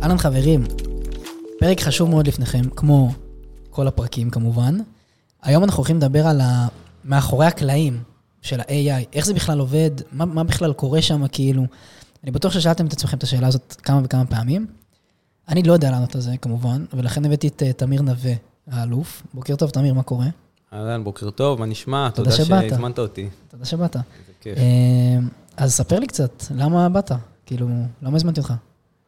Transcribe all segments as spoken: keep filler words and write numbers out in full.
אהלן חברים, פרק חשוב מאוד לפניכם, כמו כל הפרקים כמובן. היום אנחנו הולכים לדבר על ה... מאחורי הקלעים של ה-איי איי, איך זה בכלל עובד, מה, מה בכלל קורה שם, כאילו. אני בטוח ששאלתם את עצמכם את השאלה הזאת כמה וכמה פעמים. אני לא יודע לענות על זה כמובן, ולכן הבאתי את תמיר נווה, האלוף. בוקר טוב, תמיר, מה קורה? אהלן, בוקר טוב, מה נשמע? תודה תודה שהזמנת אותי. תודה שבאת. זה כיף. אז ספר לי קצת, למה באת? כאילו, למה הזמנתי אותך?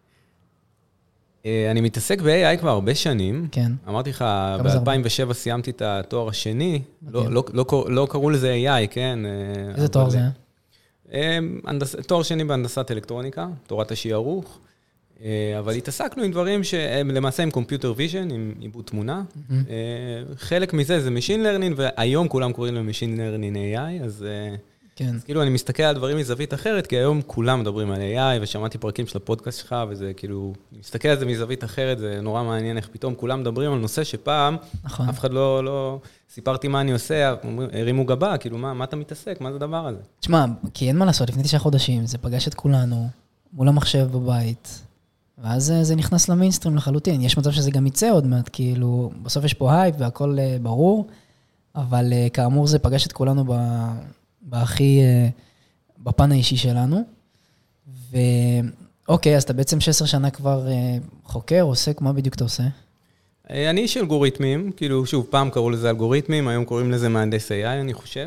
אני מתעסק ב-איי איי כבר הרבה שנים. כן. אמרתי לך, ב-אלפיים ושבע סיימתי את התואר השני. לא קראו לזה איי איי, כן? איזה תואר זה היה? תואר שני בהנדסת אלקטרוניקה, תורת השיערוך. אבל התעסקנו עם דברים שהם למעשה עם Computer Vision, עם עיבוד תמונה. חלק מזה זה Machine Learning, והיום כולם קוראים לו Machine Learning איי איי, אז... כן. אז כאילו אני מסתכל על דברים מזווית אחרת, כי היום כולם מדברים על איי איי, ושמעתי פרקים של הפודקאסט שלך, וזה כאילו, אני מסתכל על זה מזווית אחרת, זה נורא מעניין איך פתאום כולם מדברים על נושא שפעם, נכון. אף אחד לא, לא, סיפרתי מה אני עושה, הרימו גבה, כאילו מה, מה אתה מתעסק, מה זה הדבר הזה? תשמע, כי אין מה לעשות, לפני תשעה חודשים, זה פגש את כולנו, מול המחשב בבית, ואז זה נכנס למיינסטרים לחלוטין, יש מצב שזה גם יצא עוד מעט, כאילו, בסוף יש פה הייפ והכל ברור, אבל כאמור זה פגש את כולנו ב... בהכי, בפן האישי שלנו. ואוקיי, אז אתה בעצם שש עשרה שנה כבר חוקר, עוסק, מה בדיוק אתה עושה? אני איש אלגוריתמים, כאילו, שוב, פעם קראו לזה אלגוריתמים, היום קוראים לזה מהנדס איי איי, אני חושב.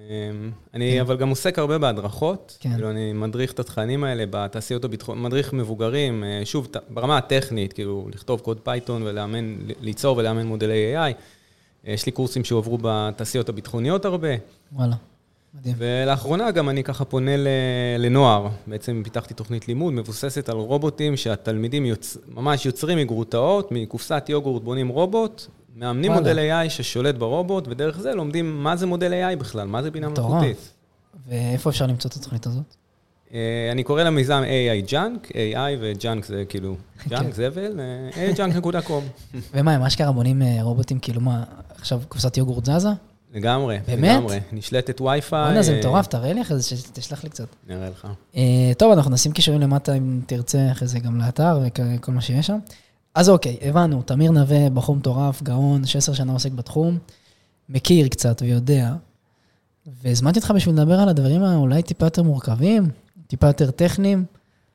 אני אבל גם עוסק הרבה בהדרכות, כאילו, אני מדריך את התכנים האלה בתעשיות הביטחוניות, מדריך מבוגרים, שוב, ברמה הטכנית, כאילו, לכתוב קוד פייתון ולאמן, ליצור ולאמן מודלי איי איי. יש לי קורסים שעוברו בתעשיות הביטחוניות הרבה. וואלה. מדהים. ולאחרונה גם אני ככה פונה לנוער, בעצם פיתחתי תוכנית לימוד מבוססת על רובוטים שהתלמידים יוצ... ממש יוצרים מגרוטאות, מקופסת יוגורט בונים רובוט, מאמנים וואלה. מודל איי איי ששולט ברובוט, ודרך זה לומדים מה זה מודל איי איי בכלל, מה זה בינה מלאכותית. ואיפה אפשר למצוא את התוכנית הזאת? אני קורא למיזם איי איי Junk, איי איי וג'אנק זה כאילו, ג'אנק זבל, איי איי ג'אנק נקודה קום. ומה, מה שקרה בונים רובוטים, כאילו מה, עכשיו קופסת יוגורט זזה? לגמרי, באמת? לגמרי. נשלטת וי-פיי. בוא'נה, זה מטורף, תראה לי אחרי זה, שתשלח לי קצת. נראה לך. טוב, אנחנו נשים קישורים למטה אם תרצה אחרי זה גם לאתר וכל מה שיש שם. אז אוקיי, הבנו, תמיר נווה, בחור מטורף, גאון, שש עשרה שנה עוסק בתחום, מכיר קצת ויודע, והזמנתי אותך בשביל לדבר על הדברים אולי טיפה יותר מורכבים, טיפה יותר טכניים.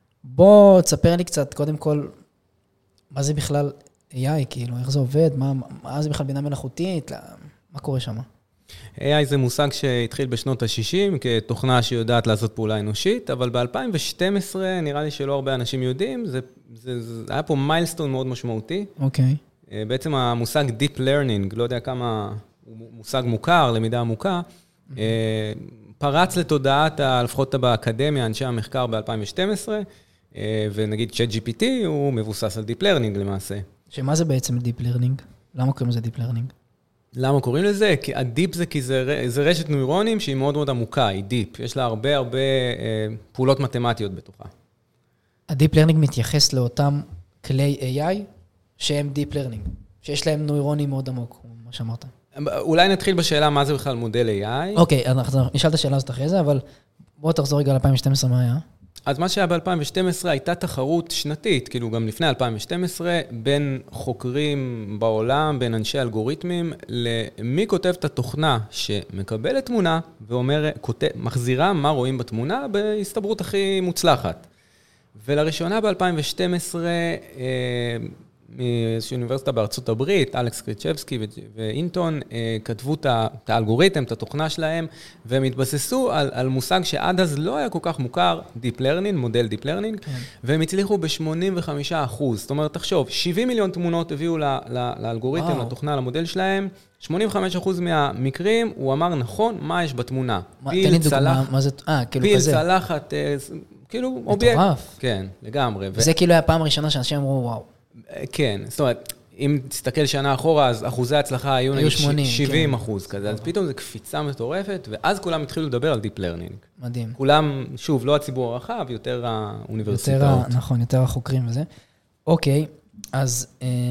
בוא תספר לי קצת, קודם כל, מה זה בכלל איי איי, כאילו, איך זה עובד, מה, מה זה בכלל בינה מלאכותית, מה קורה שם? איי איי זה מושג שהתחיל בשנות ה-שישים כתוכנה שיודעת לעשות פעולה אנושית, אבל ב-אלפיים ושתים עשרה נראה לי שלא הרבה אנשים יודעים, זה, זה, זה היה פה מיילסטון מאוד משמעותי. אוקיי. Okay. בעצם המושג Deep Learning, לא יודע כמה הוא מושג מוכר, למידה עמוקה, mm-hmm. פרץ לתודעת, לפחות באקדמיה, אנשי המחקר ב-אלפיים ושתים עשרה, ונגיד ChatGPT הוא מבוסס על Deep Learning למעשה. שמה זה בעצם Deep Learning? למה קוראים לזה Deep Learning? למה קוראים לזה? כי הדיפ זה כי זה, זה רשת נוירונים שהיא מאוד מאוד עמוקה, היא דיפ. יש לה הרבה הרבה אה, פעולות מתמטיות בתוכה. הדיפ לרנינג מתייחס לאותם כלי איי איי שהם דיפ לרנינג, שיש להם נוירונים מאוד עמוק, מה שאמרת. אולי נתחיל בשאלה מה זה בכלל מודל איי איי. אוקיי, אנחנו נשאל את השאלה הזאת אחרי זה, אבל בוא תחזור רגע ל-אלפיים ושתים עשרה, מה היה? אז מה שהיה ב-אלפיים ושתים עשרה הייתה תחרות שנתית, כאילו גם לפני אלפיים ושתים עשרה, בין חוקרים בעולם, בין אנשי אלגוריתמים, למי כותב את התוכנה שמקבלת תמונה ואומר, כותב, מחזירה מה רואים בתמונה בהסתברות הכי מוצלחת. ולראשונה ב-אלפיים ושתים עשרה, מאיזושהי אוניברסיטה בארצות הברית, אלכס קריצ'בסקי ואינטון, כתבו את האלגוריתם, את התוכנה שלהם, והם התבססו על, על מושג שעד אז לא היה כל כך מוכר, Deep Learning, מודל Deep Learning, כן. והם הצליחו ב-שמונים וחמישה אחוז. זאת אומרת, תחשוב, שבעים מיליון תמונות הביאו ל, ל, לאלגוריתם, וואו. לתוכנה, למודל שלהם, שמונים וחמישה אחוז מהמקרים, הוא אמר נכון, מה יש בתמונה. מה, פיל צלח, מה זה, אה, כאילו פיל כזה. צלחת, כאילו אובייקט. מטורף. כן, לגמרי. וזה ו... כאילו היה הפעם הראשונה שאנשים אמרו, וואו. כן, זאת אומרת, אם תסתכל שנה אחורה, אז אחוזי ההצלחה היו נגיד שבעים אחוז כזה, אז פתאום זו קפיצה מטורפת, ואז כולם התחילו לדבר על Deep Learning. מדהים. כולם, שוב, לא הציבור הרחב, יותר האוניברסיטאות. נכון, יותר החוקרים וזה. אוקיי, אז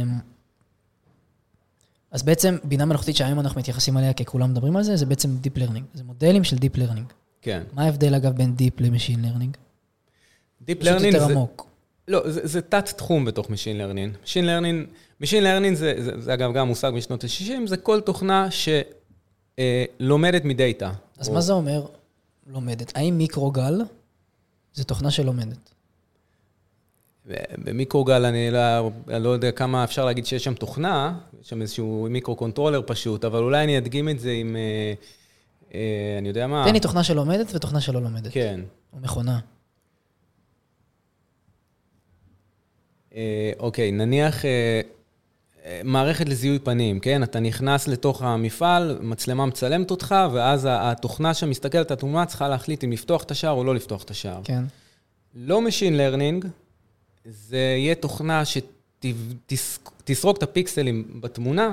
אז בעצם בינה מלאכותית שהיום אנחנו מתייחסים עליה, כי כולם מדברים על זה, זה בעצם Deep Learning. זה מודלים של Deep Learning. כן. מה ההבדל אגב בין Deep ל-Machine Learning? Deep Learning זה... לא, זה, זה תת תחום בתוך Machine Learning. Machine Learning, Machine Learning זה, זה, זה אגב גם מושג משנות ה-שישים, זה כל תוכנה שלומדת מדאטה. אז או... מה זה אומר לומדת? האם מיקרוגל זה תוכנה שלומדת? במיקרוגל אני לא, לא יודע כמה אפשר להגיד שיש שם תוכנה, יש שם איזשהו מיקרו-קונטרולר פשוט, אבל אולי אני אדגים את זה עם, אה, אה, אני יודע מה... תן לי תוכנה שלומדת ותוכנה שלא לומדת. כן. או מכונה. אה, אוקיי, נניח אה, מערכת לזיהוי פנים, כן? אתה נכנס לתוך המפעל, מצלמה מצלמת אותך, ואז התוכנה שמסתכלת, התוכנה צריכה להחליט אם לפתוח את השער או לא לפתוח את השער. כן. לא Machine Learning, זה יהיה תוכנה שתסרוק את הפיקסלים בתמונה,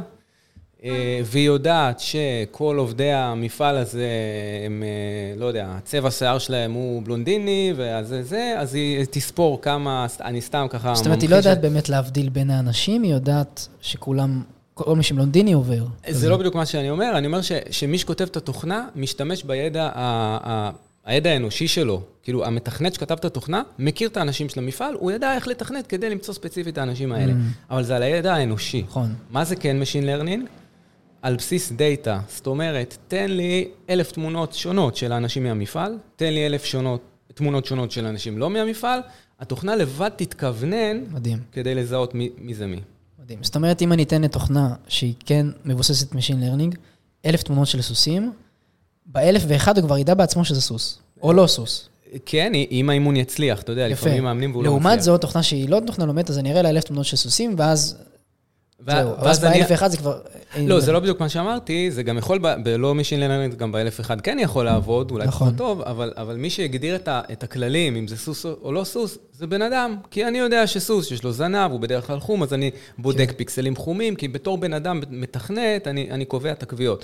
והיא יודעת שכל עובדי המפעל הזה, הם, לא יודע, הצבע שיער שלהם הוא בלונדיני, ואז זה, אז היא תספור כמה, אני סתם ככה... זאת אומרת, היא לא יודעת באמת להבדיל בין האנשים, היא יודעת שכולם, כל מי שבלונדיני עובר. זה לא בדיוק מה שאני אומר, אני אומר שמי שכותב את התוכנה, משתמש בידע ה... הידע האנושי שלו, כאילו המתכנת שכתב את התוכנה, מכיר את האנשים של המפעל, הוא ידע איך לתכנת כדי למצוא ספציפית את האנשים האלה. אבל זה על הידע האנושי. נכון. מה זה כן Machine Learning? על בסיס דאטה. זאת אומרת, תן לי אלף תמונות שונות של האנשים מהמפעל, תן לי אלף שונות, תמונות שונות של אנשים לא מהמפעל, התוכנה לבד תתכוונן מדהים. כדי לזהות מי, מי זה מי. מדהים. זאת אומרת, אם אני אתן לתוכנה שהיא כן מבוססת Machine Learning, אלף תמונות של סוסים, באלף ואחד הוא כבר ידע בעצמו שזה סוס, או לא סוס. כן, אם האימון יצליח, אתה יודע, לפעמים מאמנים והוא לא מצליח. לעומת זאת, תוכנה שהיא לא תוכנה לומדת, אז אני אראה לה אלף תמונות של סוסים, ואז זהו. ואז באלף ואחד זה כבר... לא, זה לא בדיוק מה שאמרתי, זה גם יכול, בלא Machine Learning, גם באלף ואחד כן יכול לעבוד, אולי פחות טוב, אבל מי שיגדיר את הכללים, אם זה סוס או לא סוס, זה בן אדם. כי אני יודע שסוס, שיש לו זנב, הוא בדרך כלל חום, אז אני בודק פיקסלים חומים, כי בתור בן אדם מתכנת, אני קובע את הקביעות.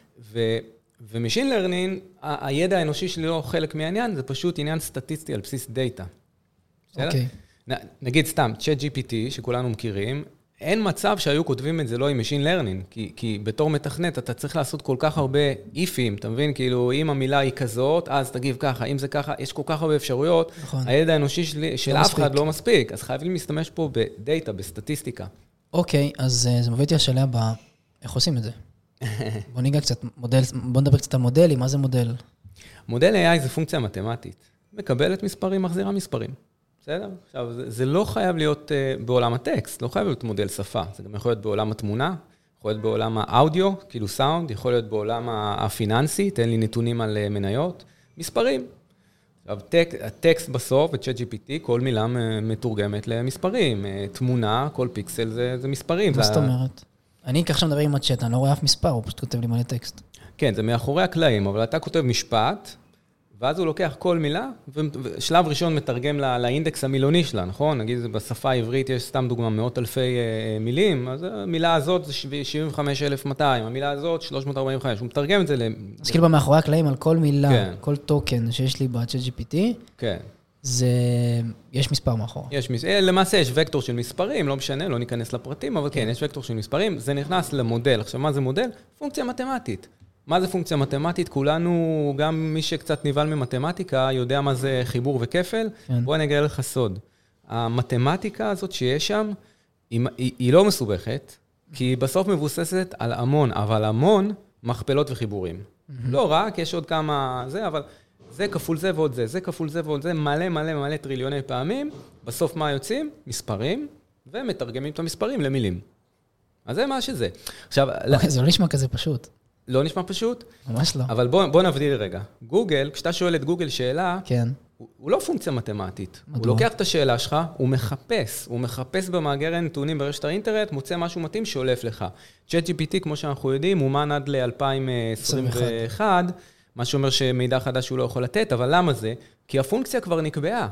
ו-Machine Learning, הידע האנושי שלי לא חלק מהעניין, זה פשוט עניין סטטיסטי על בסיס דאטה. אוקיי. נגיד סתם, ChatGPT, שכולנו מכירים, אין מצב שהיו כותבים את זה לא עם Machine Learning, כי, כי בתור מתכנת אתה צריך לעשות כל כך הרבה איפים, אתה מבין? כאילו, אם המילה היא כזאת, אז תגיב ככה, אם זה ככה, יש כל כך הרבה אפשרויות, נכון. הידע האנושי שלי, של לא אף מספיק. אחד לא מספיק, אז חייבים להשתמש פה בדאטה, בסטטיסטיקה. אוקיי, אז זה מביא אותי השאלה הבאה, איך עושים את זה? בוא ניגע קצת, מודל, בוא נדבר קצת על מודלים, מה זה מודל? מודל איי איי זה פונקציה מתמטית, מקבלת מספרים, מחזירה מספרים. בסדר? עכשיו, זה, זה לא חייב להיות uh, בעולם הטקסט, לא חייב להיות מודל שפה, זה גם יכול להיות בעולם התמונה, יכול להיות בעולם האודיו, כאילו סאונד, יכול להיות בעולם הפיננסי, תן לי נתונים על uh, מניות, מספרים. עכשיו, טק, הטקסט בסוף, ב-ChatGPT, כל מילה מתורגמת למספרים, uh, תמונה, כל פיקסל זה, זה מספרים. מה זאת אומרת? אני ככה מדבר עם הצ'אט, אני לא רואה אף מספר, הוא פשוט כותב לי מלא טקסט. כן, זה מאחורי הקלעים, אבל אתה כותב משפט, ואז הוא לוקח כל מילה, ושלב ראשון מתרגם לא, לאינדקס המילוני שלה, נכון? נגיד, בשפה העברית יש סתם דוגמה מאות אלפי אה, מילים, אז המילה הזאת זה שבעים וחמישה אלף ומאתיים, המילה הזאת שלוש מאות ארבעים וחמש, הוא מתרגם את זה ל... אז כאילו במאחורי הקלעים על כל מילה, כן. כל טוקן שיש לי ב-ChatGPT, כן. זה... יש מספר מאחור. יש מס... למעשה יש וקטור של מספרים, לא משנה, לא ניכנס לפרטים, אבל כן, כן, יש וקטור של מספרים, זה נכנס למודל. עכשיו, מה זה מודל? פונקציה מתמטית. מה זה פונקציה מתמטית? כולנו, גם מי שקצת ניבל ממתמטיקה, יודע מה זה חיבור וכפל. כן. בוא אני אגלה לך סוד. המתמטיקה הזאת שיש שם, היא, היא, היא לא מסובכת, כי היא בסוף מבוססת על המון, אבל המון מכפלות וחיבורים. Mm-hmm. לא רק, יש עוד כמה זה, אבל זה כפול זה ועוד זה, זה כפול זה ועוד זה, מלא מלא מלא טריליוני פעמים. בסוף מה יוצאים? מספרים, ומתרגמים את המספרים למילים. אז זה מה שזה. עכשיו, אוקיי, זה לא נשמע כזה פשוט. לא נשמע פשוט? ממש לא. אבל בוא, בוא נבדיל רגע. גוגל, כשאתה שואל את גוגל שאלה, כן. הוא, הוא לא פונקציה מתמטית. מדוע? הוא לוקח את השאלה שלך, הוא מחפש. הוא מחפש במאגר הנתונים ברשת האינטרנט, מוצא משהו מתאים שולף לך. ChatGPT, כמו שאנחנו יודעים, מומן עד ל-אלפיים עשרים ואחת, מה שאומר שמידע חדש הוא לא יכול לתת, אבל למה זה? כי הפונקציה כבר נקבעה.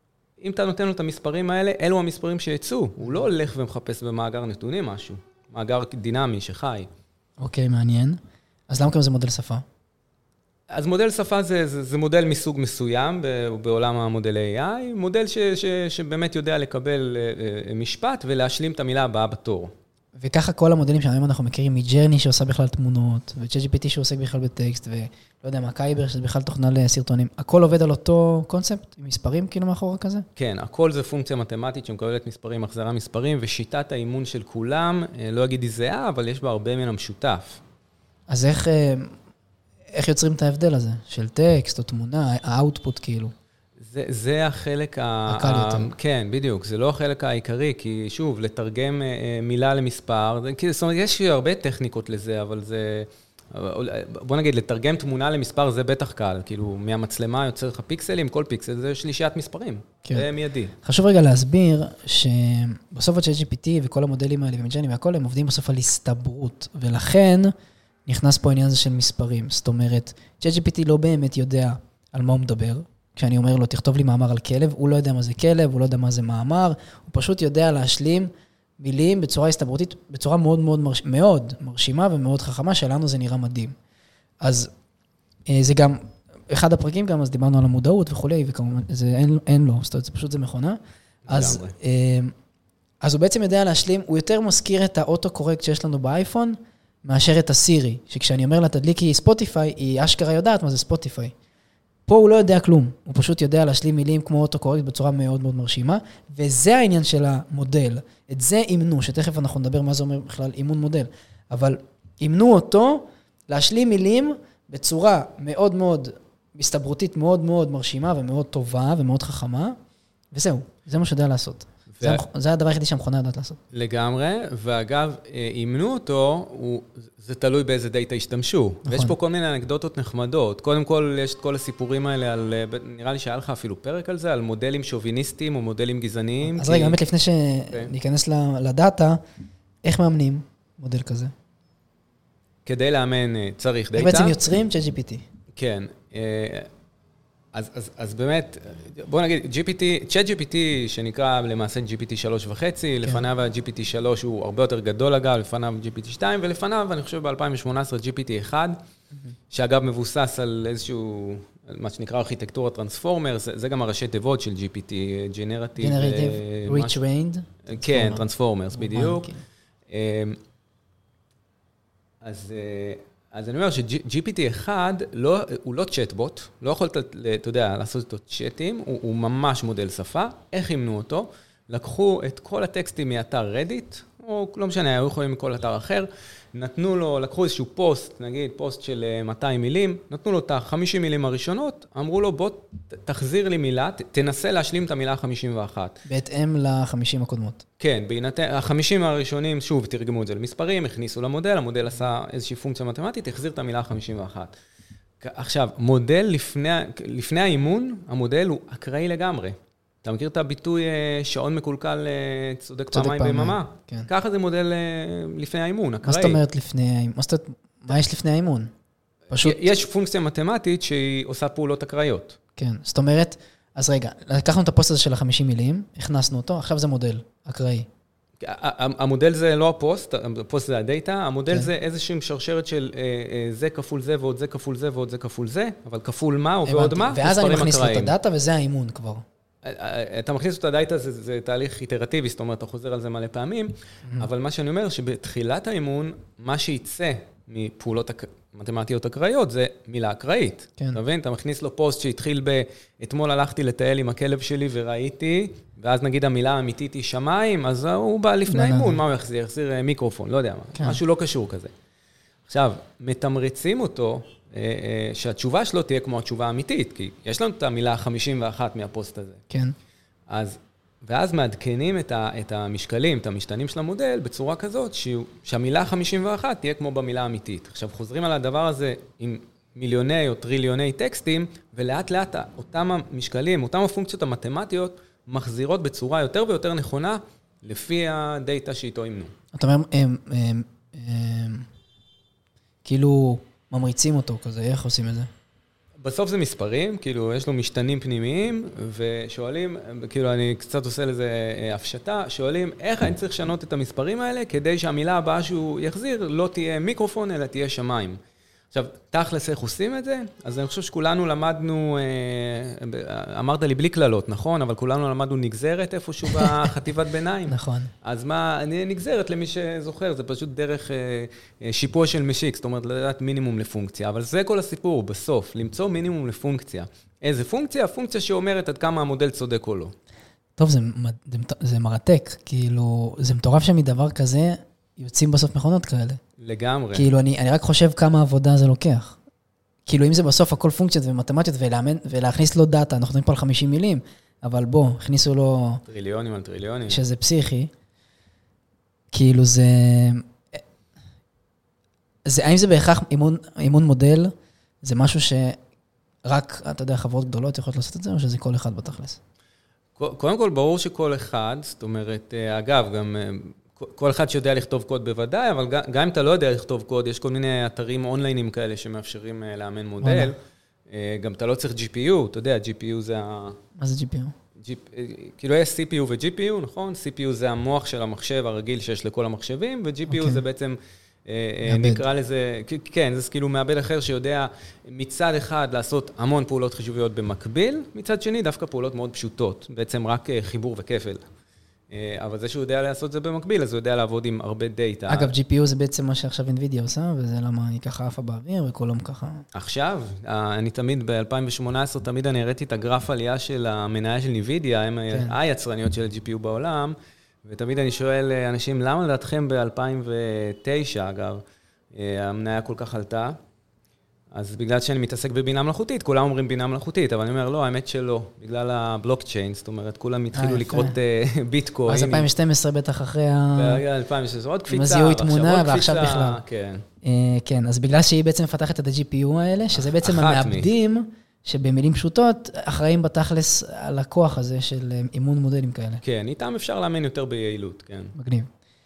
אם אתה נותן לו את המספרים האלה, אלו המספרים שיצאו. הוא לא הולך ומחפש במאגר נתונים משהו. מאגר דינמי שחי. אוקיי, מעניין. אז למה כאן זה מודל שפה? אז מודל שפה זה, זה, זה מודל מסוג מסוים בעולם המודל איי איי, מודל ש, ש, שבאמת יודע לקבל משפט ולהשלים את המילה הבאה בתור. וככה כל המודלים שהיום אנחנו מכירים, מג'רני שעושה בכלל תמונות, ו-צ'אט ג'י פי טי שעוסק בכלל בטקסט, ולא יודע מה, קייבר, שזה בכלל תוכנה לסרטונים. הכל עובד על אותו קונספט, עם מספרים כאילו מאחורה כזה? כן, הכל זה פונקציה מתמטית שמקבלת מספרים, מחזרה מספרים, ושיטת האימון של כולם, לא אגיד היא זהה, אבל יש בה הרבה מן המשותף. אז איך, איך יוצרים את ההבדל הזה? של טקסט או תמונה, האוטפוט כאילו? זה, זה החלק ה... הקל יותר. כן, בדיוק. זה לא החלק העיקרי, כי שוב, לתרגם מילה למספר, זה, זאת אומרת, יש הרבה טכניקות לזה, אבל זה... בוא נגיד, לתרגם תמונה למספר זה בטח קל, כאילו מהמצלמה יוצר לך פיקסלים, כל פיקסל זה שלישיית מספרים, כן. זה מיידי. חשוב רגע להסביר שבסוף ה-צ'אט ג'י פי טי וכל המודלים האלה ומג'ני והכל, הם עובדים בסוף על הסתברות, ולכן נכנס פה העניין הזה של מספרים. זאת אומרת, צ'אט ג'י פי טי לא באמת יודע על מה הוא מדבר, כשאני אומר לו, תכתוב לי מאמר על כלב, הוא לא יודע מה זה כלב, הוא לא יודע מה זה מאמר, הוא פשוט יודע להשלים מילים בצורה הסתברותית, בצורה מאוד מאוד, מרש... מאוד מרשימה ומאוד חכמה, שלנו זה נראה מדהים. אז זה גם, אחד הפרקים גם, אז דיברנו על המודעות וכולי, וכמובן, זה אין, אין לו, זאת אומרת, זה פשוט זה מכונה. אז, אז הוא בעצם יודע להשלים, הוא יותר מזכיר את האוטו-קורקט שיש לנו באייפון, מאשר את הסירי, שכשאני אומר לה, תדליקי ספוטיפיי, היא אשכרה יודעת מה זה ספוטיפיי. פה הוא לא יודע כלום, הוא פשוט יודע להשלים מילים כמו אוטו-קורקט בצורה מאוד מאוד מרשימה, וזה העניין של המודל. את זה אימנו, שתכף אנחנו נדבר מה זה אומר בכלל אימון מודל, אבל אימנו אותו להשלים מילים בצורה מאוד מאוד מסתברותית, מאוד מאוד מרשימה ומאוד טובה ומאוד חכמה, וזהו, זה מה שיודע לעשות. ו... זה, זה הדבר היחידי שהמכונה יודעת לעשות. לגמרי, ואגב, אימנו אותו, הוא, זה תלוי באיזה דאטה השתמשו. נכון. ויש פה כל מיני אנקדוטות נחמדות. קודם כל, יש את כל הסיפורים האלה על, נראה לי שהיה לך אפילו פרק על זה, על מודלים שוביניסטיים או מודלים גזעניים. אז כי... רגע, באמת לפני שניכנס okay. לדאטה, איך מאמנים מודל כזה? כדי לאמן צריך דאטה. איך בעצם יוצרים צ'אט ג'י פי טי? כן. אז, אז, אז באמת, בוא נגיד, ג'י פי טי, צ'אט ג'י פי טי, שנקרא למעשה ג'י פי טי שלוש וחצי, כן. לפניו ה-ג'י פי טי שלוש הוא הרבה יותר גדול אגב, לפניו ג'י פי טי שתיים, ולפניו, אני חושב, ב-אלפיים שמונה עשרה ג'י פי טי אחד, mm-hmm. שאגב מבוסס על איזשהו, מה שנקרא ארכיטקטורה טרנספורמר, זה, זה גם הראשי תיבות של ג'י פי טי, Generative... Generative, Retrained. כן, Transformers, בדיוק. אז... אז אני אומר ש-ג'י פי טי אחד לא, הוא לא צ'טבוט, לא יכולת, אתה יודע, לעשות אותו צ'טים, הוא, הוא ממש מודל שפה. איך אימנו אותו? לקחו את כל הטקסטים מאתר רדיט, או לא משנה, היו יכולים מכל אתר אחר, נתנו לו, לקחו איזשהו פוסט, נגיד פוסט של מאתיים מילים, נתנו לו את ה-חמישים מילים הראשונות, אמרו לו, בוא תחזיר לי מילה, תנסה להשלים את המילה ה-חמישים ואחת. בהתאם ל-חמישים הקודמות. כן, ה-חמישים הראשונים, שוב, תרגמו את זה למספרים, הכניסו למודל, המודל עשה איזושהי פונקציה מתמטית, החזיר את המילה ה-חמישים ואחת. עכשיו, מודל לפני, לפני האימון, המודל הוא אקראי לגמרי. אתה מכיר את הביטוי שעון מקולקל צודק פעמיים ביממה? כן. ככה זה מודל לפני האימון, אקראי. מה זאת אומרת לפני האימון? מה, זאת... מה יש לפני האימון? פשוט... יש פונקציה מתמטית שהיא עושה פעולות אקראיות. כן, זאת אומרת, אז רגע, לקחנו את הפוסט הזה של ה-חמישים מילים, הכנסנו אותו, עכשיו זה מודל אקראי. המודל זה לא הפוסט, הפוסט זה הדאטה, המודל זה איזושהי שרשרת של זה כפול זה ועוד זה כפול זה ועוד זה כפול זה, אבל כפול מה ועוד מה, ואז אני מכניס לו את הדאטה וזה האימון כבר. אתה מכניס את הדאטה, זה, זה תהליך איטרטיבי, זאת אומרת, אתה חוזר על זה מלא פעמים, mm-hmm. אבל מה שאני אומר, שבתחילת האימון, מה שיצא מפעולות מתמטיות אקראיות, זה מילה אקראית. כן. אתה מבין? אתה מכניס לו פוסט שהתחיל ב... אתמול הלכתי לטייל עם הכלב שלי וראיתי, ואז נגיד המילה האמיתית היא שמיים, אז הוא בא לפני האימון, מה הוא יחזיר? יחזיר מיקרופון, לא יודע מה. כן. משהו לא קשור כזה. עכשיו, מתמרצים אותו, שהתשובה שלו תהיה כמו התשובה האמיתית, כי יש לנו את המילה חמישים ואחת מהפוסט הזה. כן. אז, ואז מעדכנים את, ה, את המשקלים, את המשתנים של המודל, בצורה כזאת, שהמילה חמישים ואחת תהיה כמו במילה האמיתית. עכשיו, חוזרים על הדבר הזה עם מיליוני או טריליוני טקסטים, ולאט לאט אותם המשקלים, אותם הפונקציות המתמטיות, מחזירות בצורה יותר ויותר נכונה, לפי הדאטה שאיתו אימנו. אתה אומר, הם, הם, הם, כאילו... ממריצים אותו כזה, איך עושים את זה? בסוף זה מספרים, כאילו יש לו משתנים פנימיים, ושואלים, כאילו אני קצת עושה לזה הפשטה, שואלים איך אני צריך לשנות את המספרים האלה, כדי שהמילה הבאה שהוא יחזיר לא תהיה מיקרופון, אלא תהיה שמיים. עכשיו, תכלס איך עושים את זה? אז אני חושב שכולנו למדנו, אמרת לי בלי כללות, נכון? אבל כולנו למדנו נגזרת איפשהו בחטיבת ביניים. נכון. אז מה, אני נגזרת למי שזוכר, זה פשוט דרך שיפוע של משיק, זאת אומרת, לדעת מינימום לפונקציה, אבל זה כל הסיפור, בסוף, למצוא מינימום לפונקציה. איזה פונקציה? הפונקציה שאומרת עד כמה המודל צודק או לא. טוב, זה, זה, זה מרתק, כאילו, זה מטורף שמדבר כזה, יוצאים בסוף מכונות כאלה. לגמרי. כאילו, אני, אני רק חושב כמה עבודה זה לוקח. כאילו, אם זה בסוף הכל פונקציות ומתמטיות, ולאמן, ולהכניס לו דאטה, אנחנו נותנים פה על חמישים מילים, אבל בוא, הכניסו לו... טריליונים על טריליונים. שזה פסיכי. כאילו, זה... זה האם זה בהכרח אימון, אימון מודל, זה משהו שרק, אתה יודע, חברות גדולות יכולות לעשות את זה, או שזה כל אחד בתכלס? קודם כל, ברור שכל אחד, זאת אומרת, אגב, גם... כל אחד שיודע לכתוב קוד בוודאי, אבל גם אם אתה לא יודע לכתוב קוד, יש כל מיני אתרים אונליינים כאלה שמאפשרים לאמן מודל. גם אתה לא צריך ג'י פי יו, אתה יודע, ג'י פי יו זה ה... מה זה ג'י פי יו? כאילו יש סי פי יו ו-ג'י פי יו, נכון? סי פי יו זה המוח של המחשב הרגיל שיש לכל המחשבים, ו-ג'י פי יו זה בעצם, נקרא לזה, כן, זה כאילו מעבד אחר שיודע מצד אחד לעשות המון פעולות חישוביות במקביל, מצד שני דווקא פעולות מאוד פשוטות, בעצם רק חיבור וכפל. אבל זה שהוא יודע לעשות זה במקביל, אז הוא יודע לעבוד עם הרבה דאטה. אגב, ג'י פי יו זה בעצם מה שעכשיו NVIDIA עושה, וזה למה אני ככה עפה באוויר, וכולם ככה... עכשיו, אני תמיד, ב-אלפיים שמונה עשרה, תמיד אני הראיתי את הגרף עלייה של המניה של NVIDIA, הם היצרניות של ה-ג'י פי יו בעולם, ותמיד אני שואל אנשים, למה לדעתכם ב-אלפיים ותשע, אגב, המניה כל כך עלתה? אז בגלל שאני מתעסק בבינה מלאכותית, כולם אומרים בינה מלאכותית, אבל אני אומר, לא, האמת שלא, בגלל הבלוקצ'יין, זאת אומרת, כולם התחילו לקרות ביטקוין. אז אלפיים ושתים עשרה בטח אחרי ה... אלפיים ושש עשרה, עוד קפיצה. מזיהוי תמונה, ועכשיו בכלל. כן. כן, אז בגלל שהיא בעצם מפתחת את ה-ג'י פי יו האלה, שזה בעצם המעבדים, שבמילים פשוטות, אחראים בתכלס על הכוח הזה של אימון מודלים כאלה. כן, איתם אפשר לאמן יותר ביעילות, כן. מגניב.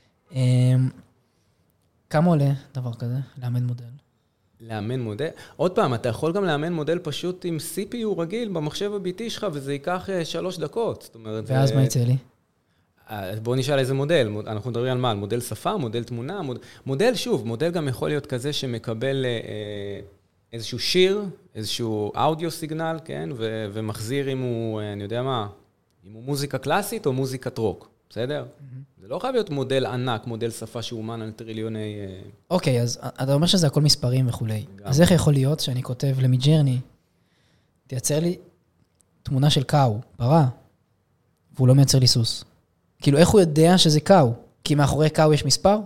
כמה עולה דבר כזה, לאמן מודל? לאמן מודל. עוד פעם, אתה יכול גם לאמן מודל פשוט עם סי פי יו רגיל במחשב הביתי שלך, וזה ייקח שלוש דקות. זאת אומרת, ואז מה יצא לי? בוא נשאל איזה מודל. אנחנו מדברים על מה? על מודל שפה, מודל תמונה. מודל, מודל שוב, מודל גם יכול להיות כזה שמקבל איזשהו שיר, איזשהו אודיו סיגנל, כן? ו- ומחזיר אם הוא, אני יודע מה, אם הוא מוזיקה קלאסית או מוזיקת רוק. בסדר? זה לא חייב להיות מודל ענק, מודל שפה שאומן על טריליוני... אוקיי, אז אתה אומר שזה הכל מספרים וכולי. אז איך יכול להיות שאני כותב למידג'רני, תייצר לי תמונה של קאו, פרה, והוא לא מייצר לי סוס. כאילו, איך הוא יודע שזה קאו? כי מאחורי קאו יש מספר?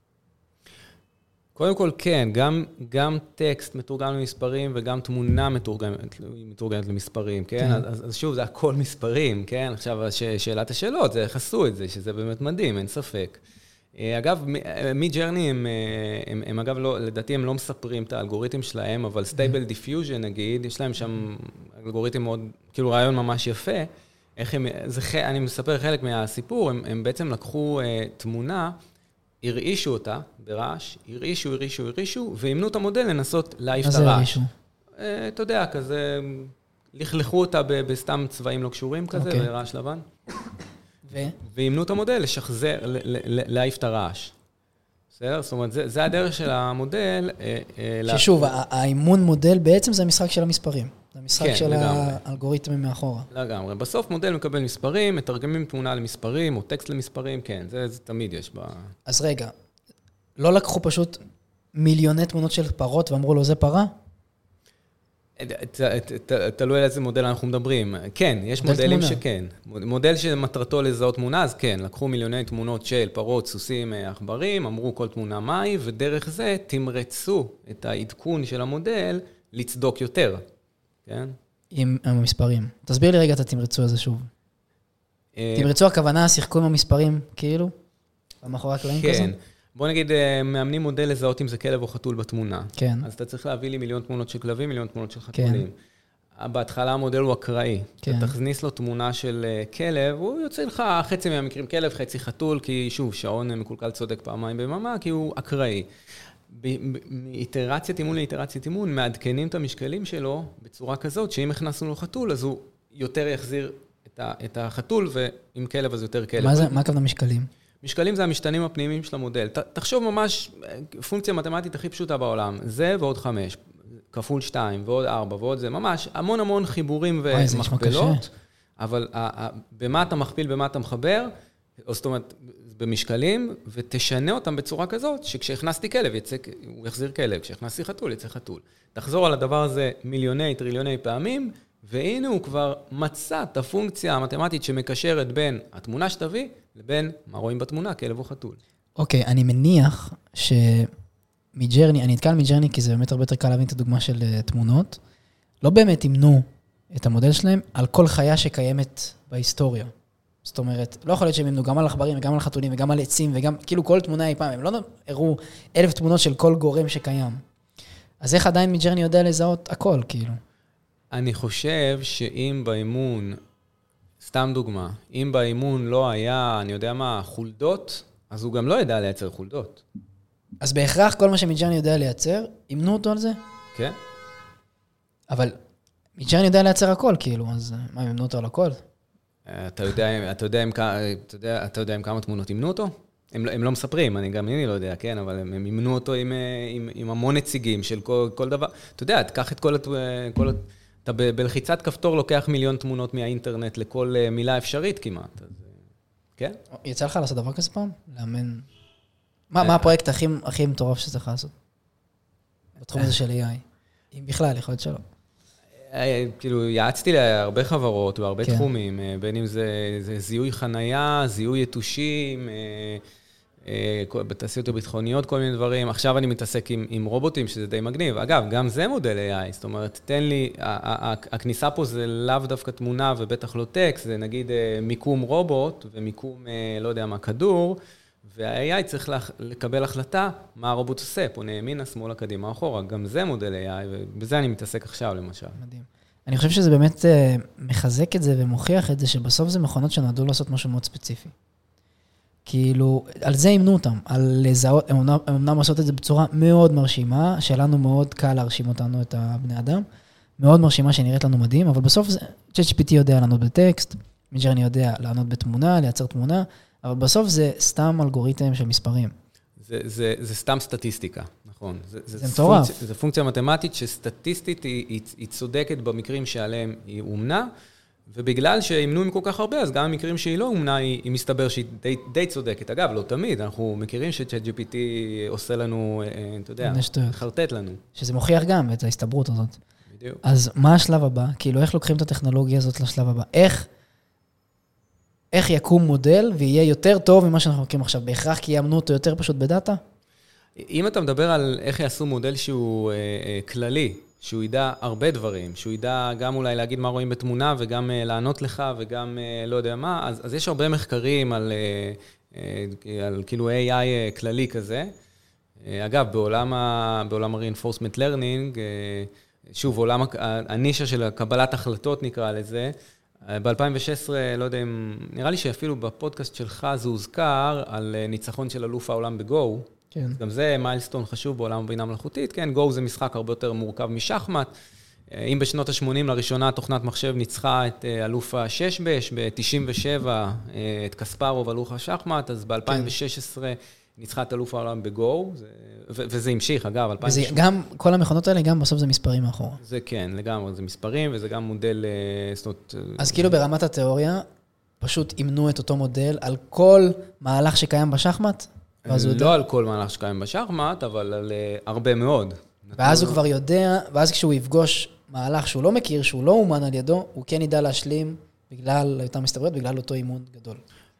קודם כל, כן, גם, גם טקסט מתורגם למספרים, וגם תמונה מתורגמת, מתורגמת למספרים, כן? כן. אז, אז שוב, זה הכל מספרים, כן? עכשיו, ש, שאלת השאלות, זה איך עשו את זה, שזה באמת מדהים, אין ספק. אגב, מידג'רני, הם, הם, הם אגב, לא, לדעתי, הם לא מספרים את האלגוריתם שלהם, אבל Stable Diffusion, נגיד, יש להם שם אלגוריתם מאוד, כאילו, רעיון ממש יפה. איך הם, זה, אני מספר חלק מהסיפור, הם, הם בעצם לקחו uh, תמונה, הרעישו אותה ברעש, הרעישו, הרעישו, הרעישו, ואימנו את המודל לנסות להעיף את הרעש. מה זה הרעישו? אתה יודע, כזה, לכלכו אותה בסתם צבעים לא קשורים כזה, okay. ברעש לבן. ו? ואימנו את המודל לשחזר, להעיף את הרעש. בסדר? זאת אומרת, זה, זה הדרך של המודל. ששוב, האימון מודל בעצם זה המשחק של המספרים. זה המשחק כן, של לגמרי. האלגוריתמים מאחורה. לגמרי. בסוף מודל מקבל מספרים, מתרגמים תמונה למספרים, או טקסט למספרים, כן, זה, זה תמיד יש בה... אז רגע, לא לקחו פשוט מיליוני תמונות של פרות ואמרו לו, זה פרה? תלוי על איזה מודל אנחנו מדברים. כן, יש מודלים שכן. מודל שמטרתו לזהות תמונה, אז כן, לקחו מיליוני תמונות של פרות, סוסים, עכברים, אמרו כל תמונה מהי, ודרך זה תמרצו את העדכון של המודל לצדוק יותר. כן? עם המספרים. תסביר לי רגע את התמרצו הזה שוב. תמרצו הכוונה, שיחקו עם המספרים, כאילו? במאחורי הקלעים כזה? כן. בוא נגיד, מאמנים מודל לזהות אם זה כלב או חתול בתמונה. כן. אז אתה צריך להביא לי מיליון תמונות של כלבים, מיליון תמונות של חתולים. כן. בהתחלה המודל הוא אקראי. כן. אתה תכניס לו תמונה של כלב, הוא יוצא לך חצי מהמקרים כלב, חצי חתול, כי שוב, שעון מקולקל צודק פעמיים ביממה, כי הוא אקראי. מאיטרציית אימון לאיטרציית אימון, מעדכנים את המשקלים שלו בצורה כזאת, שאם הכנסנו לו חתול, אז הוא יותר יחזיר את החתול, ועם כלב אז יותר כלב. מה זה, מה הכוונה משקלים? משקלים זה המשתנים הפנימיים של המודל. ת, תחשוב ממש, פונקציה מתמטית הכי פשוטה בעולם, זה ועוד חמש, כפול שתיים, ועוד ארבע, ועוד זה, ממש המון המון חיבורים ומכפלות, אבל ה, ה, במה אתה מכפיל, במה אתה מחבר, או זאת אומרת, במשקלים, ותשנה אותם בצורה כזאת, שכשהכנסתי כלב, יצא, הוא יחזיר כלב, כשהכנסתי חתול, יצא חתול. תחזור על הדבר הזה מיליוני, טריליוני פעמים, והנה הוא כבר מצא את הפונקציה המתמטית שמקשרת בין התמונה שתביא, לבין מה רואים בתמונה, כלב או חתול. אוקיי, אני מניח שמג'רני, אני אתקל מג'רני, כי זה באמת הרבה יותר קל להבין את הדוגמה של תמונות, לא באמת ימנו את המודל שלהם על כל חיה שקיימת בהיסטוריה. זאת אומרת, לא יכול להיות שהם ימנו גם על עכברים וגם על חתולים וגם על עצים וגם, כאילו כל תמונה אי פעם, הם לא הראו אלף תמונות של כל גורם שקיים. אז איך עדיין מג'רני יודע לזהות הכל, כאילו? אני חושב שאם באימון, סתם דוגמה, אם באימון לא היה, אני יודע מה, חולדות, אז הוא גם לא ידע לייצר חולדות. אז בהכרח כל מה שמג'רני יודע לייצר, אימנו אותו על זה? כן. אבל מג'רני יודע לייצר הכל, כאילו, אז מה, אימנו אותו על הכל? אתה יודע, אתה יודע, אתה יודע, אתה יודע עם כמה תמונות אימנו אותו? הם, הם לא מספרים, אני גם אני לא יודע, כן, אבל הם, הם אימנו אותו עם, עם, עם המון נציגים של כל, כל דבר. אתה יודע, תקח את כל, כל, אתה ב, בלחיצת כפתור לוקח מיליון תמונות מהאינטרנט לכל מילה אפשרית כמעט. אז, כן? יצא לך לעשות דבר כזה פעם? לאמן? מה, מה הפרויקט הכי, הכי מטורף שצריך לעשות? בתחום הזה של איי איי. אם בכלל, יכול להיות שלא. כאילו, יעצתי להרבה חברות והרבה תחומים, בין אם זה זיהוי חנייה, זיהוי יתושים, בתעשיות הביטחוניות, כל מיני דברים. עכשיו אני מתעסק עם, עם רובוטים, שזה די מגניב. אגב, גם זה מודל איי איי, זאת אומרת, תן לי, הכניסה פה זה לאו דווקא תמונה ובטח לא טקסט, זה נגיד מיקום רובוט ומיקום, לא יודע מה, כדור, וה-איי איי צריך לקבל החלטה מה הרובוט עושה, פונה ימינה, שמאלה, קדימה, אחורה. גם זה מודל איי איי, ובזה אני מתעסק עכשיו, למשל. מדהים. אני חושב שזה באמת מחזק את זה ומוכיח את זה, שבסוף זה מכונות שנועדו לעשות משהו מאוד ספציפי. כאילו, על זה אימנו אותם, על לזהות, הם אמנם לעשות את זה בצורה מאוד מרשימה, שלנו מאוד קל להרשים אותנו את הבני אדם, מאוד מרשימה שנראית לנו מדהים, אבל בסוף זה, צ'אט ג'י פי טי יודע לענות בטקסט, מידג'רני יודע לענות בתמונה, לייצר תמונה, אבל בסוף זה סתם אלגוריתם של מספרים. זה, זה, זה סתם סטטיסטיקה, נכון. זה, זה מטורף. פונקציה, זה פונקציה מתמטית שסטטיסטית היא, היא, היא צודקת במקרים שעליהם היא אומנה, ובגלל שאימנו עם כל כך הרבה, אז גם במקרים שהיא לא אומנה, היא, היא מסתבר שהיא די, די צודקת. אגב, לא תמיד, אנחנו מכירים שצ'אט ג'י פי טי עושה לנו, אתה יודע, חרטט לנו. שזה מוכיח גם את ההסתברות הזאת. בדיוק. אז מה השלב הבא? כאילו, איך לוקחים את הטכנולוגיה הזאת לשלב הבא? איך... איך יקום מודל ויהיה יותר טוב ממה שאנחנו מכירים עכשיו? בהכרח כי יאמנו אותו יותר פשוט בדאטה? אם אתה מדבר על איך יעשו מודל שהוא אה, אה, כללי, שהוא ידע הרבה דברים, שהוא ידע גם אולי להגיד מה רואים בתמונה וגם אה, לענות לך וגם אה, לא יודע מה, אז, אז יש הרבה מחקרים על, אה, אה, על כאילו איי איי אה, כללי כזה. אה, אגב, בעולם, ה, בעולם ה-reinforcement learning, אה, שוב, עולם הנישה של קבלת החלטות נקרא לזה, ב-אלפיים ושש עשרה, לא יודע אם, נראה לי שאפילו בפודקאסט שלך זה הוזכר על ניצחון של אלוף העולם בגו. כן. גם זה מיילסטון חשוב בעולם הבינה מלאכותית. כן, גו זה משחק הרבה יותר מורכב משחמט. אם בשנות ה-שמונים לראשונה תוכנת מחשב ניצחה את אלוף השש בש, ב-תשעים ושבע את קספרוב אלוף השחמט, אז ב-אלפיים ושש עשרה ניצחה את אלוף העולם בגו, וזה המשיך, אגב, אלפיים ושמונה. גם, כל המכונות האלה, גם בסוף זה מספרים מאחורה. זה כן, לגמרי, זה מספרים, וזה גם מודל, זאת... אז כאילו ברמת התיאוריה, פשוט אימנו את אותו מודל על כל מהלך שקיים בשחמט? לא על כל מהלך שקיים בשחמט, אבל על הרבה מאוד. ואז הוא כבר יודע, ואז כשהוא יפגוש מהלך שהוא לא מכיר, שהוא לא אומן על ידו, הוא כן ידע להשלים בגלל אותה מסתברית, בגלל אותו אימון גדול.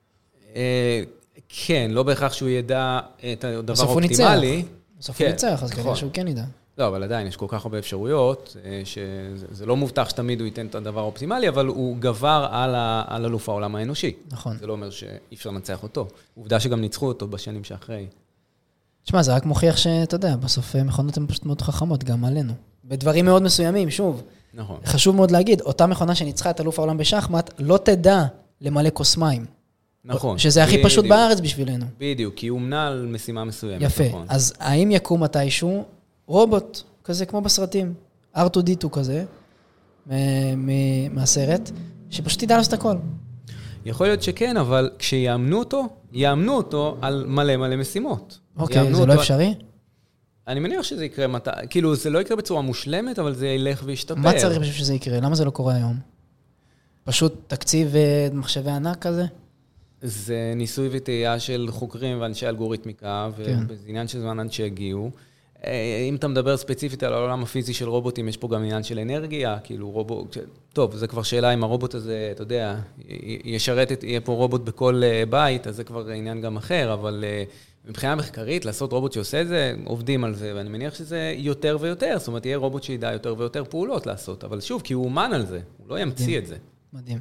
כן, לא בהכרח שהוא ידע את הדבר האופטימלי. בסוף הוא ניצח, אז כנראה שהוא כן ידע. לא, אבל עדיין, יש כל כך הרבה אפשרויות, שזה לא מובטח שתמיד הוא ייתן את הדבר האופטימלי, אבל הוא גבר על אלוף העולם האנושי. נכון. זה לא אומר שאי אפשר לנצח אותו. עובדה שגם ניצחו אותו בשנים שאחרי. תשמע, זה רק מוכיח שאתה יודע, בסוף מכונות הן פשוט מאוד חכמות, גם עלינו. בדברים מאוד מסוימים, שוב. נכון. חשוב מאוד להגיד, אותה מכונה שניצחה את אלוף העולם בשחמט, לא תדע למלא כוס מים. נכון. שזה הכי פשוט בארץ בשבילנו. בדיוק, כי הוא אומנה על משימה מסוימת. יפה. אז האם יקום מתישהו רובוט כזה כמו בסרטים, אר טו די טו כזה, מהסרט, שפשוט ידע לעשות הכל. יכול להיות שכן, אבל כשיאמנו אותו, יאמנו אותו על מלא מלא משימות. אוקיי, זה לא אפשרי? אני מניח שזה יקרה, כאילו זה לא יקרה בצורה מושלמת, אבל זה ילך וישתפר. מה צריך בשביל שזה יקרה? למה זה לא קורה היום? פשוט תקציב מחשבי ענק כזה? זה ניסוי וטעייה של חוקרים ואנשי אלגוריתמיקה, וזה עניין של זמן עד שהגיעו. אם אתה מדבר ספציפית על העולם הפיזי של רובוטים, יש פה גם עניין של אנרגיה, כאילו רובוט, טוב, זה כבר שאלה אם הרובוט הזה, אתה יודע, ישרת, יהיה פה רובוט בכל בית, אז זה כבר עניין גם אחר, אבל מבחינה מחקרית, לעשות רובוט שעושה את זה, עובדים על זה, ואני מניח שזה יותר ויותר, זאת אומרת, יהיה רובוט שידע יותר ויותר פעולות לעשות, אבל שוב, כי הוא אומן על זה, הוא לא ימציא את זה. מדהים.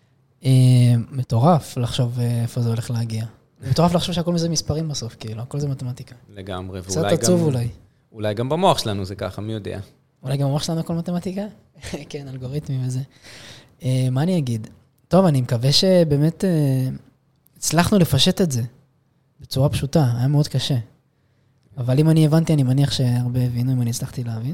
מטורף לחשוב איפה זה הולך להגיע. מטורף לחשוב שהכל מזה מספרים בסוף, כאילו, הכל זה מתמטיקה. לגמרי, קצת עצוב אולי. אולי גם במוח שלנו זה ככה, מי יודע. אולי גם במוח שלנו הכל מתמטיקה? כן, אלגוריתמים וזה. מה אני אגיד? טוב, אני מקווה שבאמת הצלחנו לפשט את זה בצורה פשוטה, היה מאוד קשה. אבל אם אני הבנתי, אני מניח שהרבה הבינו, אם אני הצלחתי להבין.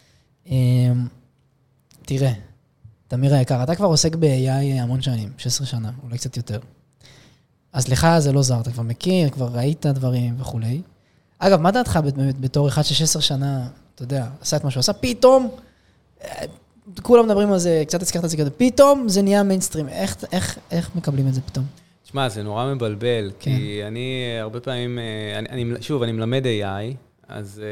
תראה, תמיר היקר, אתה כבר עוסק ב-איי איי המון שנים, שש עשרה שנה, אולי קצת יותר. אז לך זה לא זר, אתה כבר מכיר, כבר ראית דברים וכו'. אגב, מה דעתך בתור אחד ש-שש עשרה שנה, אתה יודע, עשה את מה שהוא עשה, פתאום, כולם מדברים על זה, קצת הזכרת את זה כזה, פתאום זה נהיה מיינסטרים, איך, איך, איך מקבלים את זה פתאום? תשמע, זה נורא מבלבל, כן. כי אני הרבה פעמים, אני, אני, שוב, אני מלמד איי איי, אז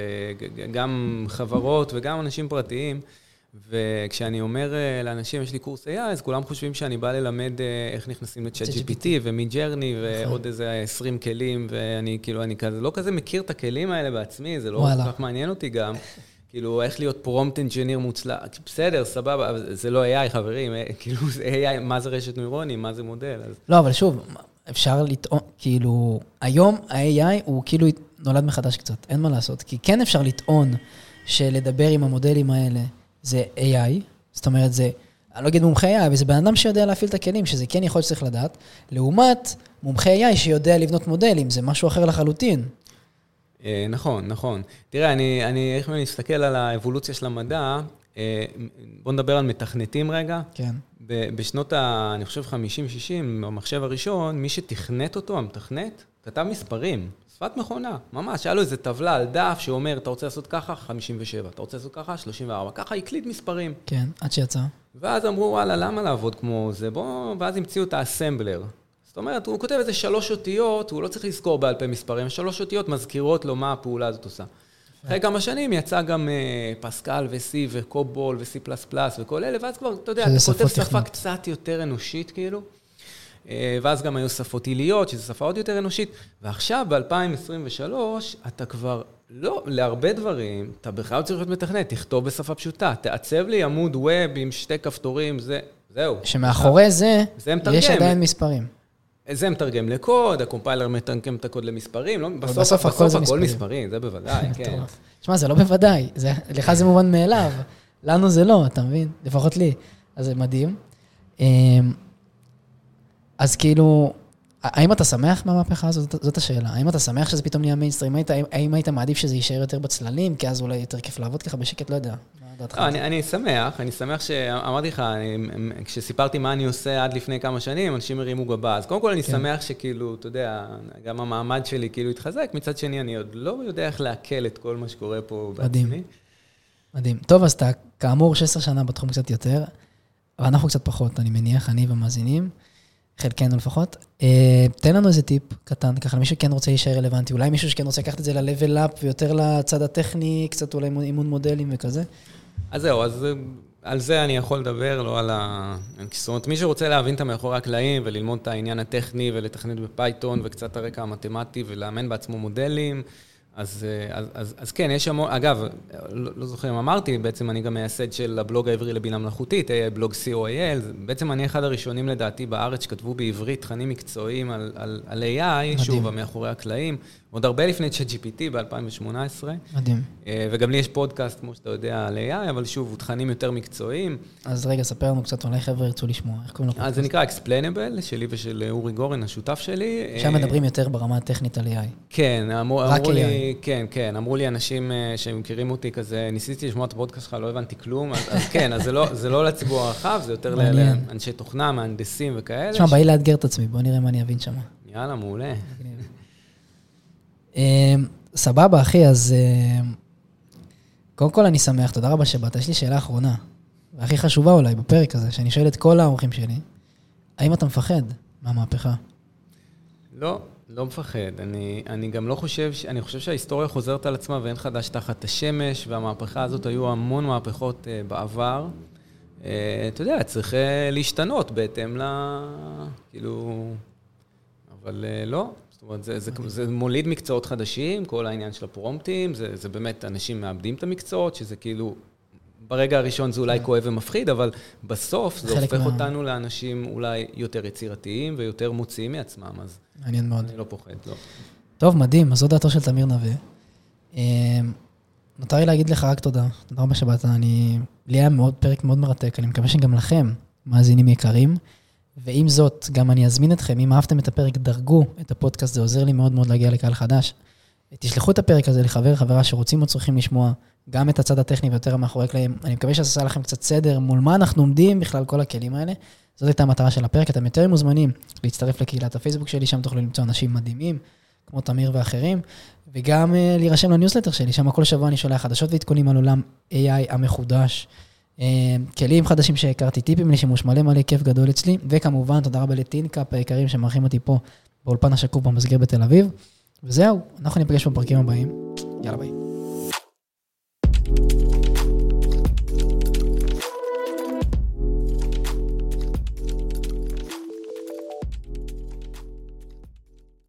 גם חברות וגם אנשים פרטיים, וכשאני אומר לאנשים, יש לי קורס איי איי, אז כולם חושבים שאני בא ללמד איך נכנסים ל-צ'אט ג'י פי טי ומידג'רני ועוד איזה עשרים כלים, ואני כאילו, אני כזה, לא כזה מכיר את הכלים האלה בעצמי, זה לא כל כך מעניין אותי גם. כאילו, איך להיות פרומפט אנג'יניר מוצלח, בסדר, סבבה, אבל זה לא איי איי, חברים, כאילו, זה איי איי, מה זה רשת נוירונים, מה זה מודל? לא, אבל שוב, אפשר לטעון, כאילו, היום ה-איי איי הוא כאילו נולד מחדש קצת, אין מה לעשות, כי כן אפשר לטעון שלדבר עם המודלים האלה, זה איי איי, זאת אומרת, זה, אני לא אגיד מומחי איי איי, אבל זה בן אדם שיודע להפעיל את הכלים, שזה כן יכול שצריך לדעת, לעומת מומחי איי איי שיודע לבנות מודלים, זה משהו אחר לחלוטין. נכון, נכון. תראה, אני, אני, איך אני אסתכל על האבולוציה של המדע, בוא נדבר על מתכנתים רגע. כן. בשנות ה, אני חושב, חמישים שישים, המחשב הראשון, מי שתכנת אותו, המתכנת, כתב מספרים. שפת מכונה, ממש, היה לו איזו טבלה על דף שאומר, אתה רוצה לעשות ככה, חמישים ושבע, אתה רוצה לעשות ככה, שלושים וארבע, ככה הקליד מספרים. כן, עד שיצא. ואז אמרו, וואלה, למה לעבוד כמו זה? בוא, ואז המציאו את האסמבלר. זאת אומרת, הוא כותב איזה שלוש אותיות, הוא לא צריך לזכור בעל פה מספרים, שלוש אותיות מזכירות לו מה הפעולה הזאת עושה. אחרי כמה שנים יצא גם פסקל ו-C וקובול ו-C++ וכל אלה, ואז כבר, אתה יודע, אתה כותב שפה קצת יותר אנושית, כאילו. ואז גם היו שפות עיליות, שזו שפה עוד יותר אנושית. ועכשיו, ב-אלפיים עשרים ושלוש, אתה כבר לא, להרבה דברים, אתה בכלל צריך להיות מתכנת, תכתוב בשפה פשוטה, תעצב לי עמוד ווב עם שתי כפתורים, זה, זהו. שמאחורי זה, זה יש עדיין מספרים. זה מתרגם לקוד, הקומפיילר מתרגם את הקוד למספרים, לא? בסוף, בסוף הכל זה מספרים. מספרים, זה בוודאי, כן. תשמע, זה לא בוודאי, זה, לך זה מובן מאליו, לנו זה לא, אתה מבין? לפחות לי. אז זה מדהים. אז כאילו, האם אתה שמח מהמהפכה הזאת? זאת השאלה. האם אתה שמח שזה פתאום נהיה מיינסטרים? האם היית מעדיף שזה יישאר יותר בצללים, כי אז אולי יותר כיף לעבוד ככה בשקט? לא יודע. אני שמח, אני שמח שאמרתי לך, כשסיפרתי מה אני עושה עד לפני כמה שנים, אנשים הרימו גבה. אז קודם כל אני שמח שכאילו, אתה יודע, גם המעמד שלי כאילו התחזק, מצד שני אני עוד לא יודע איך להקל את כל מה שקורה פה בעצמי. מדהים. טוב, אז אתה כאמור שש עשרה שנה בתחום קצת יותר, אבל אנחנו קצת פחות, אני מניח, אני ומאזינים. חלקנו לפחות. תן לנו איזה טיפ קטן, ככה למי שכן רוצה להישאר רלוונטי, אולי מישהו שכן רוצה לקחת את זה ל-level up, ויותר לצד הטכני, קצת אולי אימון מודלים וכזה. אז זהו, אז על זה אני יכול לדבר, לא על ה... זאת אומרת, מי שרוצה להבין את המאחורי הקלעים, וללמוד את העניין הטכני, ולתכנת בפייתון, וקצת הרקע המתמטי, ולאמן בעצמו מודלים, אז, אז, אז, אז כן, יש המון, אגב, לא, לא זוכר אם אמרתי, בעצם אני גם מייסד של הבלוג העברי לבינה מלאכותית, בלוג סי או איי אל, בעצם אני אחד הראשונים לדעתי בארץ שכתבו בעברית תכנים מקצועיים על, על, על איי איי, מדהים. שוב, מאחורי הקלעים, עוד הרבה לפני צ'אט ג'י פי טי ב-אלפיים שמונה עשרה. מדהים. וגם לי יש פודקאסט, כמו שאתה יודע, על איי איי, אבל שוב, הוא תכנים יותר מקצועיים. אז רגע, ספר לנו קצת, אולי חבר'ה ירצו לשמוע, איך קוראים לו? אז זה נקרא Explainable, שלי ושל אורי גורן, השותף שלי. שם מדברים יותר ברמה הטכנית על איי איי. כן, אמרו לי, לי, כן, כן, אמרו לי אנשים שמכירים אותי כזה, ניסיתי לשמוע את הפודקאסט שלך, לא הבנתי כלום, אז, אז כן, אז זה לא, זה לא לציבור הרחב, זה יותר לאנשי תוכנה, מהנדסים וכאלה. תשמע, באי לאתגר את עצמי, בוא נראה מה אני אבין שם. יאללה, מעולה. סבבה, אחי, אז קודם כל אני שמח, תודה רבה שבאת. יש לי שאלה אחרונה, והכי חשובה אולי בפרק הזה, שאני שואל את כל האורחים שלי, האם אתה מפחד מהמהפכה? לא, לא מפחד. אני, אני גם לא חושב, אני חושב שההיסטוריה חוזרת על עצמה ואין חדש תחת השמש, והמהפכה הזאת היו המון מהפכות בעבר. אתה יודע, צריך להשתנות בהתאם ל... כאילו... אבל לא. זאת אומרת, זה, זה, זה מוליד מקצועות חדשים, כל העניין של הפרומפטים, זה, זה באמת, אנשים מאבדים את המקצועות, שזה כאילו, ברגע הראשון זה אולי כואב ומפחיד, אבל בסוף זה הופך מה... אותנו לאנשים אולי יותר יצירתיים ויותר מוציאים מעצמם, אז מעניין מאוד. אני לא פוחד, לא. טוב, מדהים, אז זו דעתו של תמיר נווה. נותר לי להגיד לך רק תודה, תודה רבה שבאת, אני, לי היה מאוד, פרק מאוד מרתק, אני מקווה שגם לכם, מאזינים יקרים, ועם זאת, גם אני אזמין אתכם, אם אהבתם את הפרק, דרגו את הפודקאסט, זה עוזר לי מאוד מאוד להגיע לקהל חדש. תשלחו את הפרק הזה לחבר, חברה שרוצים או צריכים לשמוע גם את הצד הטכני ויותר מאחורי קלעים. אני מקווה שעשה לכם קצת סדר מול מה אנחנו עומדים בכלל כל הכלים האלה. זאת הייתה המטרה של הפרק. אתם יותר מוזמנים להצטרף לקהילת הפייסבוק שלי, שם תוכלו למצוא אנשים מדהימים, כמו תמיר ואחרים, וגם להירשם לניוזלטר שלי, שם כל שבוע אני שולח חדשות ועדכונים על עולם איי איי המחודש. כלים חדשים שהכרתי, טיפים לשימוש מלא מלא, כיף גדול אצלי, וכמובן תודה רבה לטינקאפ היקרים שמארחים אותי פה באולפן השקוף במסגר בתל אביב, וזהו, אנחנו ניפגש בפרקים הבאים, יאללה ביי.